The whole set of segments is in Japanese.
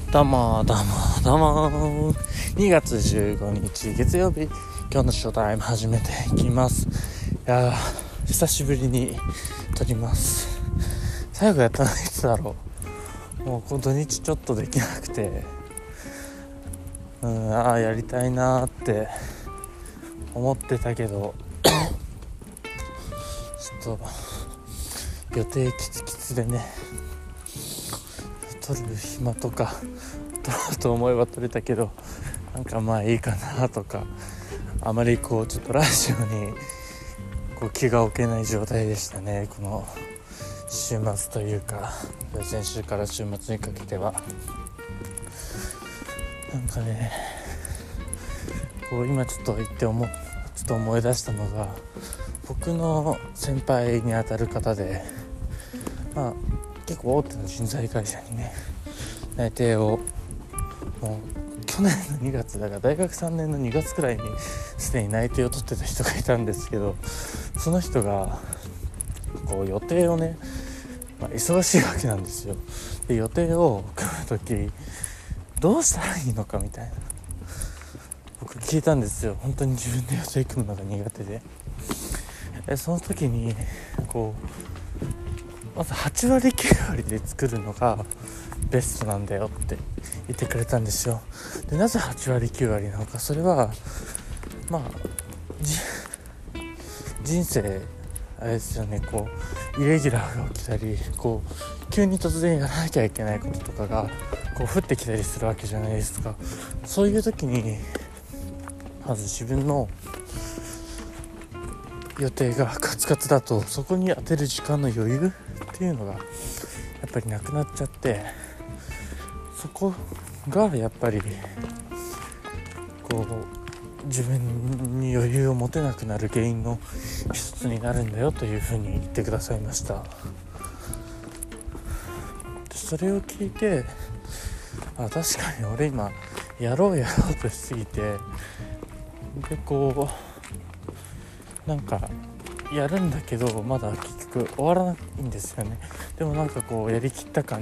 どうも2月15日月曜日、今日のショータイム始めていきます。いや久しぶりに撮ります。最後やったのいつだろう。もうこの土日ちょっとできなくて、やりたいなって思ってたけどちょっと予定キツキツでね、撮る暇とか撮ろうと思えば撮れたけど、なんかまあいいかなとか、あまりちょっとラジオに気が置けない状態でしたね。この週末というか先週から週末にかけてはなんかね、今ちょっと言って思い出したのが、僕の先輩にあたる方で、結構大手の人材会社にね内定を、もう去年の2月だから大学3年の2月くらいにすでに内定を取ってた人がいたんですけど、その人が予定をね、忙しいわけなんですよ。で予定を組むときどうしたらいいのかみたいな、僕聞いたんですよ。本当に自分で予定組むのが苦手で、その時にまず8割9割で作るのがベストなんだよって言ってくれたんですよ。でなぜ8割9割なのか、それは人生あれですよね、イレギュラーが起きたり、急に突然やらなきゃいけないこととかが降ってきたりするわけじゃないですか。そういう時にまず自分の予定がカツカツだと、そこに当てる時間の余裕っていうのがやっぱりなくなっちゃって、そこがやっぱり自分に余裕を持てなくなる原因の一つになるんだよというふうに言ってくださいました。でそれを聞いて、確かに俺今やろうとしすぎて、でなんかやるんだけどまだ結局終わらないんですよね。でもやりきった感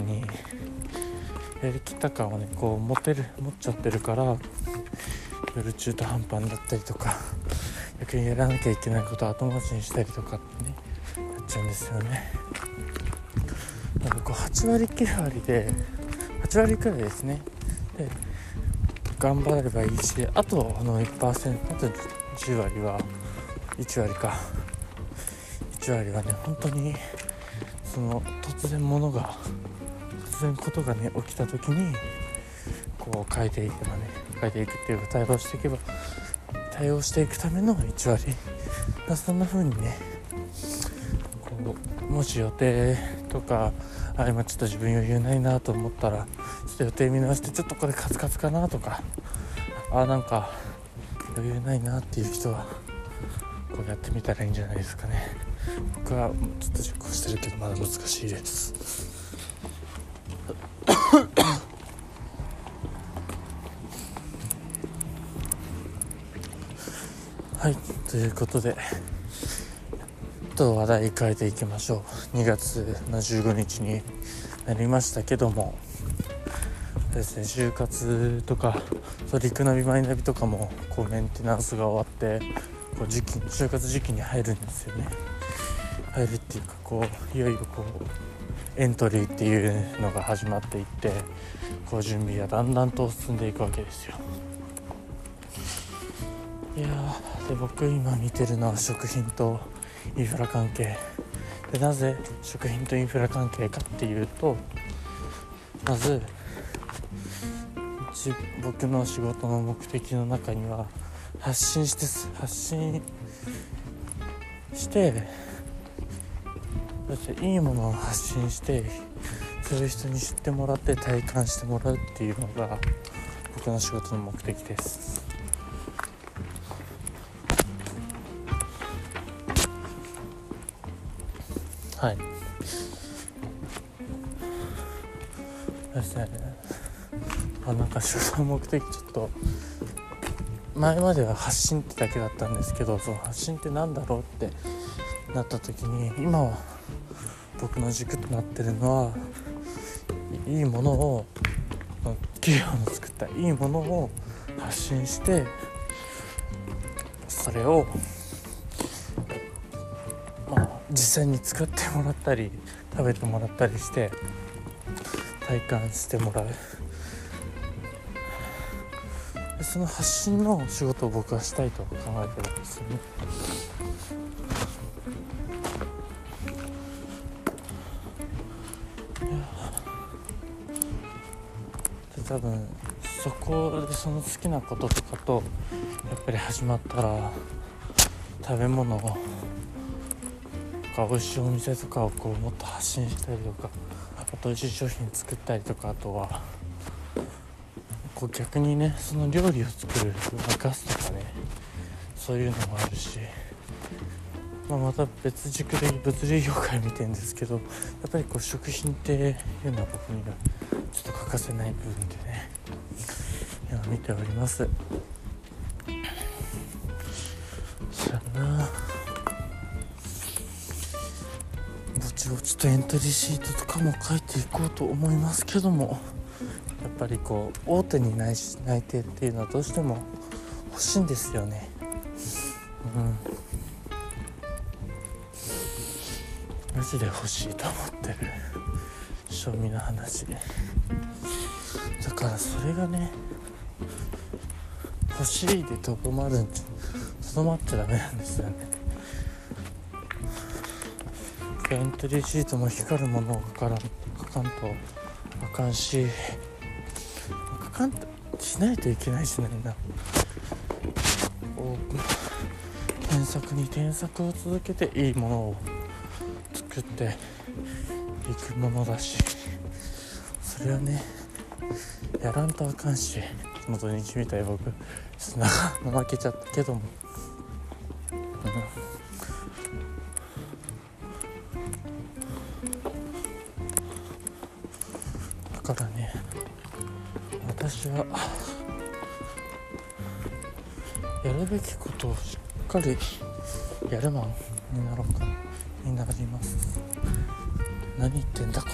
をね持っちゃってるから、夜中途半端だったりとか、逆にやらなきゃいけないことを後回しにしたりとかってねなっちゃうんですよね。なので8割9割で8割くらいですね。で頑張ればいいし、あと1%、あと10割は1割はね、本当に突然ことがね起きた時に変えていくっていうか、対応していくための1割、そんな風にねもし予定とか今ちょっと自分余裕ないなと思ったら、ちょっと予定見直して、ちょっとこれカツカツかなとか、なんか余裕ないなっていう人はやってみたらいいんじゃないですかね。僕はちょっと実行してるけどまだ難しいですはい、ということで話題変えていきましょう。2月の15日になりましたけどもですね、就活とかリクナビマイナビとかもメンテナンスが終わって就活時期に入るんですよね。入るっていうかいよいよエントリーっていうのが始まっていって、準備がだんだんと進んでいくわけですよ。いやで僕今見てるのは食品とインフラ関係で、なぜ食品とインフラ関係かっていうと、まず僕の仕事の目的の中には発信していいものを発信して、そういう人に知ってもらって体感してもらうっていうのが僕の仕事の目的です。はいですね。仕事の目的、ちょっと前までは発信ってだけだったんですけど、その発信ってなんだろうってなった時に、今は僕の軸となってるのは、いいものを企業の作ったいいものを発信して、それを実際に使ってもらったり食べてもらったりして体感してもらう。でその発信の仕事を僕はしたいと考えてるんですよね。で多分そこでその好きなこととかとやっぱり始まったら、食べ物とか美味しいお店とかをこうもっと発信したりとか、あと美味しい商品作ったりとか、あとはこう逆にね、その料理を作るガスとかね、そういうのもあるし、また別軸で物流業界見てるんですけど、やっぱりこう食品っていうのは僕にはちょっと欠かせない部分でね、今見ております。そうやな、ぼちぼちとエントリーシートとかも書いていこうと思いますけども、やっぱりこう大手に内定っていうのはどうしても欲しいんですよね。マジで欲しいと思ってる、正味の話だから、それがね欲しいでとどまっちゃダメなんですよね。エントリーシートも光るものを書かんとあかんし、書かんとしないといけないしね。添削を続けていいものを作っていくものだし、それはねやらんとあかんし、その土日みたいに僕ちょっと怠けちゃったけども、だからね、私はやるべきことをしっかりやるマンになろうかになります。何言ってんだこ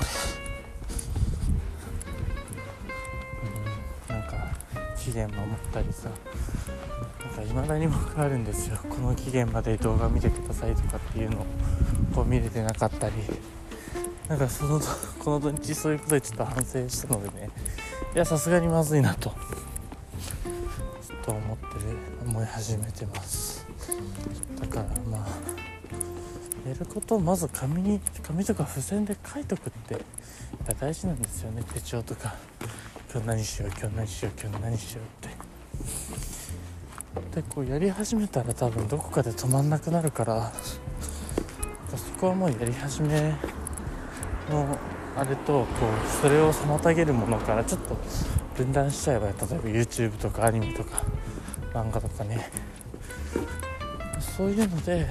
れ。なんか期限守ったりさ、なんか未だに僕あるんですよ。この期限まで動画見てくださいとかっていうのをこう見れてなかったり、なんかこの土日そういうことでちょっと反省したのでね、いやさすがにまずいなとちょっと思い始めてます。だからやることをまず紙とか付箋で書いとくって大事なんですよね。手帳とか今日何しようってでこうやり始めたら多分どこかで止まんなくなるから、そこはもうやり始めのあれとこうそれを妨げるものからちょっと分断しちゃえば、例えば YouTube とかアニメとか漫画とかね、そういうので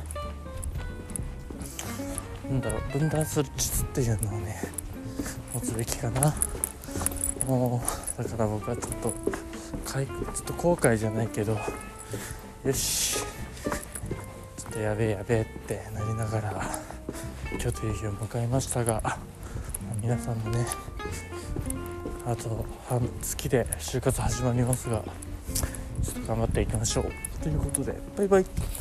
分断する術っていうのをね持つべきかな。もうだから僕はちょっと後悔じゃないけど、よしちょっとやべえってなりながら今日という日を迎えましたが、皆さんもねあと半月で就活始まりますが、ちょっと頑張っていきましょうということで、バイバイ。